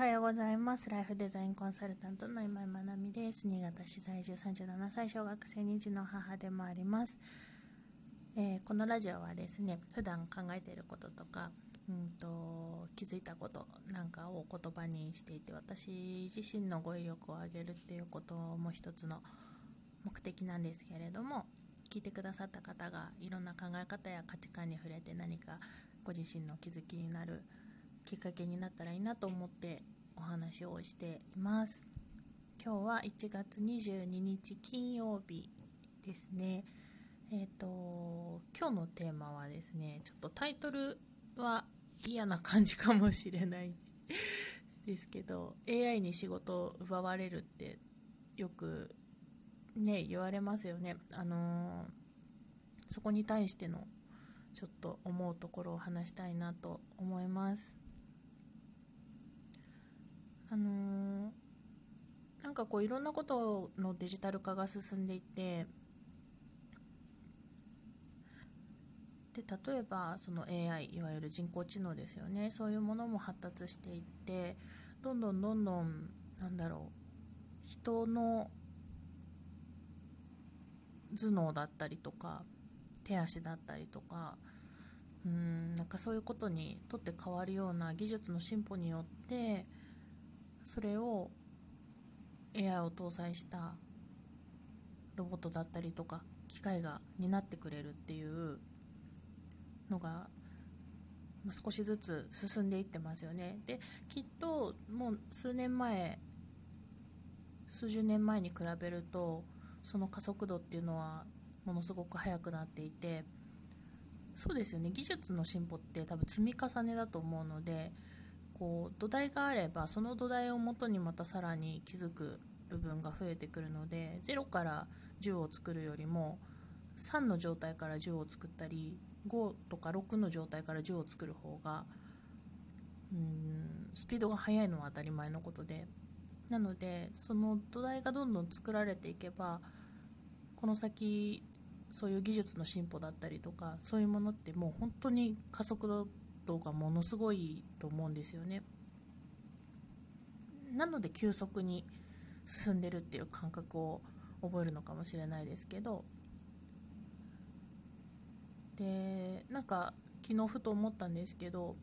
はようございます。ライフデザインコンサルタントの今井まなみです。新潟市在住37歳、小学生2児の母でもあります。このラジオはですね、普段考えていることとか、気づいたことなんかを言葉にしていて、私自身の語彙力を上げるっていうことも一つの目的なんですけれども、聞いてくださった方がいろんな考え方や価値観に触れて何かご自身の気づきになるきっかけになったらいいなと思ってお話をしています。今日は1月22日金曜日ですね。今日のテーマはですね、ちょっとタイトルは嫌な感じかもしれないですけど、 AI に仕事を奪われるってよくね言われますよね。そこに対してのちょっと思うところを話したいなと思います。なんかこういろんなことのデジタル化が進んでいて、で例えばその AI、 いわゆる人工知能ですよね。そういうものも発達していって、どんどん人の頭脳だったりとか手足だったりとか、なんかそういうことにとって変わるような技術の進歩によって、それを AI を搭載したロボットだったりとか機械が担ってくれるっていうのが少しずつ進んでいってますよね。で、きっともう数十年前に比べるとその加速度っていうのはものすごく速くなっていて、そうですよね、技術の進歩って多分積み重ねだと思うので、こう土台があればその土台をもとにまたさらに気づく部分が増えてくるので、0から10を作るよりも3の状態から10を作ったり、5とか6の状態から10を作る方がスピードが速いのは当たり前のことで、なのでその土台がどんどん作られていけば、この先そういう技術の進歩だったりとか、そういうものってもう本当に加速度がものすごいと思うんですよね。なので急速に進んでるっていう感覚を覚えるのかもしれないですけど、でなんか昨日ふと思ったんですけど、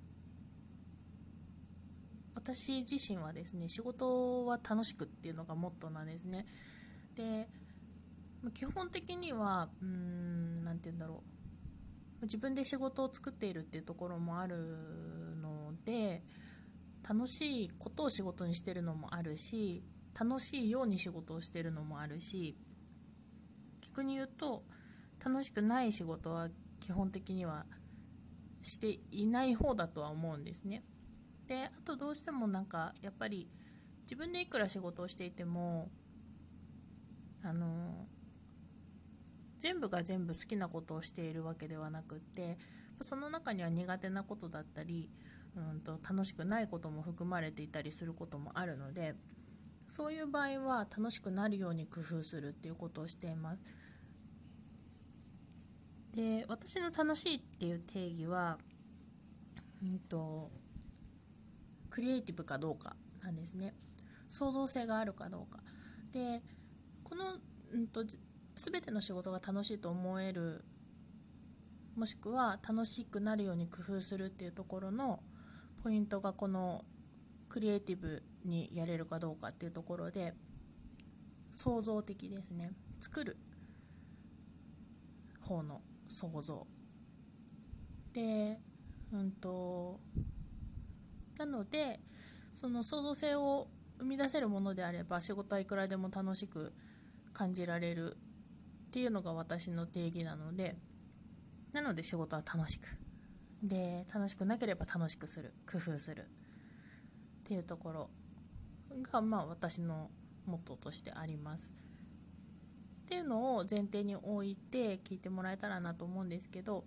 私自身はですね、仕事は楽しくっていうのがモットーなんですね。で、基本的にはなんて言うんだろう、自分で仕事を作っているっていうところもあるので、楽しいことを仕事にしてるのもあるし、楽しいように仕事をしてるのもあるし、逆に言うと楽しくない仕事は基本的にはしていない方だとは思うんですね。で、あとどうしてもなんかやっぱり自分でいくら仕事をしていても、全部が全部好きなことをしているわけではなくって、その中には苦手なことだったり、楽しくないことも含まれていたりすることもあるので、そういう場合は楽しくなるように工夫するっていうことをしています。で、私の楽しいっていう定義は、クリエイティブかどうかなんですね。創造性があるかどうかで、この、全ての仕事が楽しいと思える、もしくは楽しくなるように工夫するっていうところのポイントが、このクリエイティブにやれるかどうかっていうところで、創造的ですね。作る方の創造で、なのでその創造性を生み出せるものであれば、仕事はいくらでも楽しく感じられるっていうのが私の定義なので、仕事は楽しく、で楽しくなければ楽しくする、工夫するっていうところが、私のモットーとしてありますっていうのを前提に置いて聞いてもらえたらなと思うんですけど、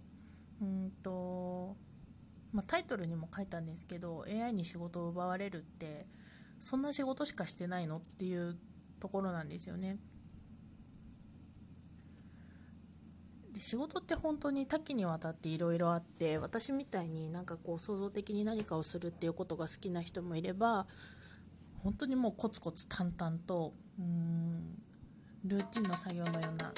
タイトルにも書いたんですけど、 AI に仕事を奪われるってそんな仕事しかしてないのっていうところなんですよね。 で仕事って本当に多岐にわたっていろいろあって、私みたいになんかこう創造的に何かをするっていうことが好きな人もいれば、本当にもうコツコツ淡々とルーティンの作業のような、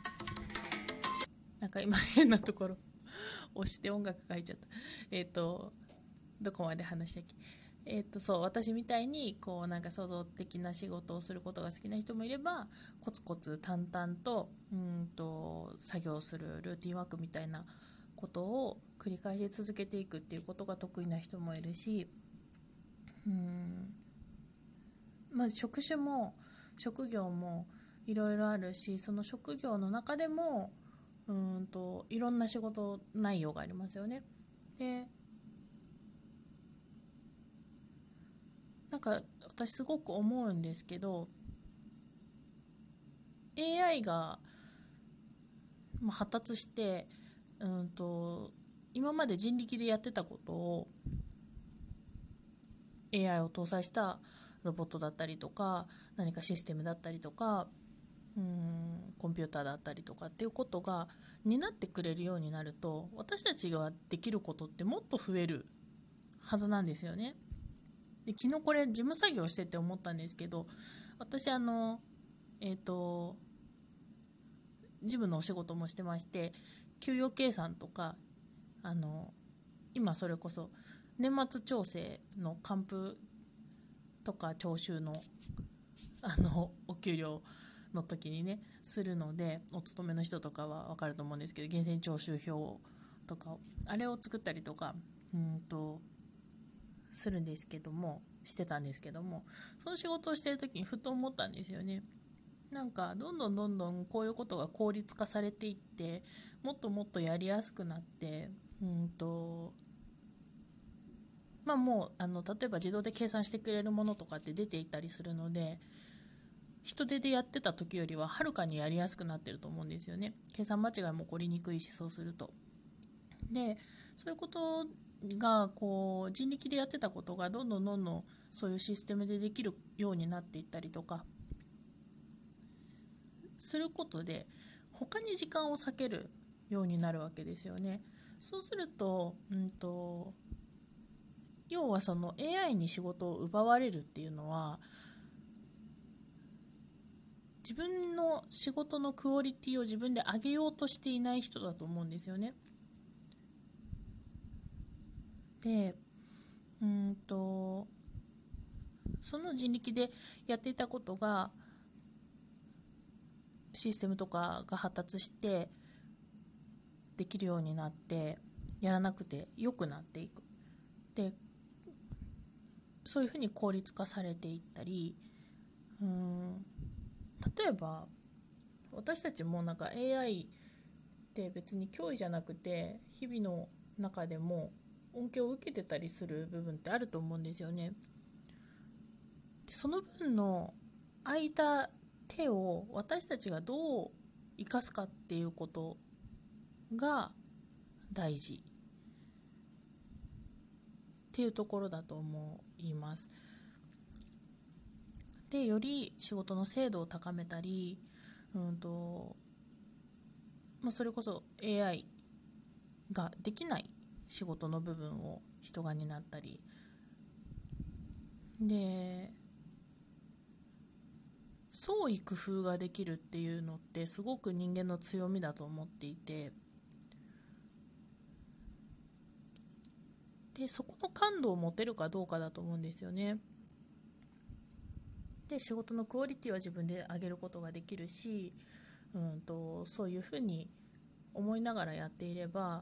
なんか今変なところ押して音楽書いちゃった。どこまで話したっけ。そう私みたいにこうなんか創造的な仕事をすることが好きな人もいれば、コツコツ淡々と作業するルーティンワークみたいなことを繰り返し続けていくっていうことが得意な人もいるし、職種も職業もいろいろあるし、その職業の中でもいろんな仕事内容がありますよね。でなんか私すごく思うんですけど、 AI が発達して、今まで人力でやってたことを AI を搭載したロボットだったりとか、何かシステムだったりとか、コンピューターだったりとかっていうことが担ってくれるようになると、私たちができることってもっと増えるはずなんですよね。で昨日これ事務作業してて思ったんですけど、私事務のお仕事もしてまして、給与計算とか今それこそ年末調整の還付とか徴収のお給料の時にねするので、お勤めの人とかは分かると思うんですけど、源泉徴収票とかあれを作ったりとかするんですけども、してたんですけども、その仕事をしている時にふと思ったんですよね。なんかどんどんこういうことが効率化されていって、もっともっとやりやすくなって、もう例えば自動で計算してくれるものとかって出ていたりするので、人手でやってた時よりははるかにやりやすくなってると思うんですよね。計算間違いも起こりにくいし、そうすると。でそういうことがこう人力でやってたことがどんどんそういうシステムでできるようになっていったりとかすることで、他に時間を割けるようになるわけですよね。そうすると、要はその AI に仕事を奪われるっていうのは、自分の仕事のクオリティを自分で上げようとしていない人だと思うんですよね。でその人力でやっていたことがシステムとかが発達してできるようになって、やらなくて良くなっていく。でそういうふうに効率化されていったり、例えば私たちもなんか AI って別に脅威じゃなくて、日々の中でも恩恵を受けてたりする部分ってあると思うんですよね。でその分の空いた手を私たちがどう生かすかっていうことが大事っていうところだと思います。でより仕事の精度を高めたり、それこそ AI ができない仕事の部分を人が担ったりで、創意工夫ができるっていうのってすごく人間の強みだと思っていて、でそこの感度を持てるかどうかだと思うんですよね。で仕事のクオリティは自分で上げることができるし、そういうふうに思いながらやっていれば、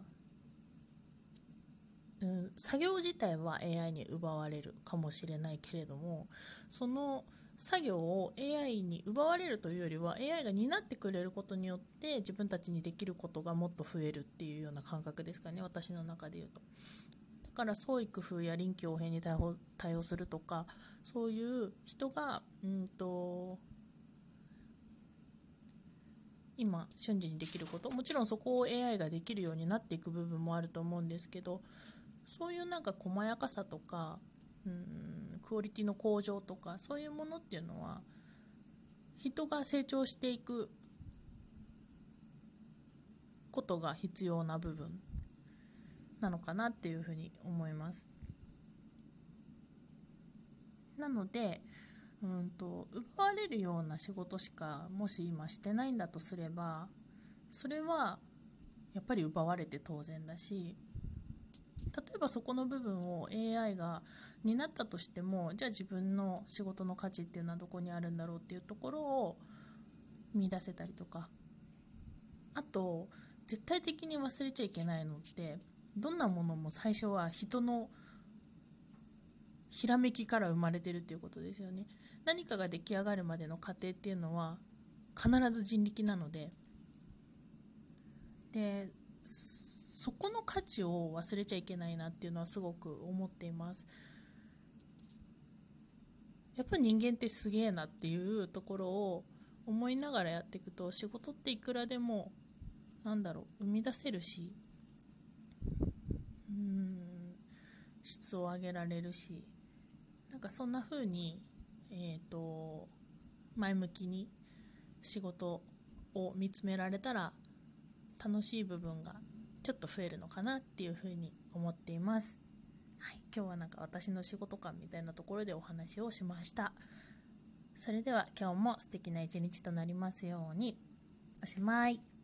作業自体は AI に奪われるかもしれないけれども、その作業を AI に奪われるというよりは AI が担ってくれることによって自分たちにできることがもっと増えるっていうような感覚ですかね、私の中で言うと。だから創意工夫や臨機応変に対応するとか、そういう人が今瞬時にできること、もちろんそこを AI ができるようになっていく部分もあると思うんですけど、そういうなんか細やかさとかクオリティの向上とか、そういうものっていうのは人が成長していくことが必要な部分なのかなっていうふうに思います。なので奪われるような仕事しかもし今してないんだとすれば、それはやっぱり奪われて当然だし、例えばそこの部分を AI が担ったとしても、じゃあ自分の仕事の価値っていうのはどこにあるんだろうっていうところを見出せたりとか、あと絶対的に忘れちゃいけないのって、どんなものも最初は人のひらめきから生まれてるっていうことですよね。何かが出来上がるまでの過程っていうのは必ず人力なので、そこの価値を忘れちゃいけないなっていうのはすごく思っています。やっぱり人間ってすげえなっていうところを思いながらやっていくと、仕事っていくらでも生み出せるし、質を上げられるし、そんな風に前向きに仕事を見つめられたら楽しい部分がちょっと増えるのかなっていう風に思っています。はい、今日は私の仕事観みたいなところでお話をしました。それでは今日も素敵な一日となりますように。おしまい。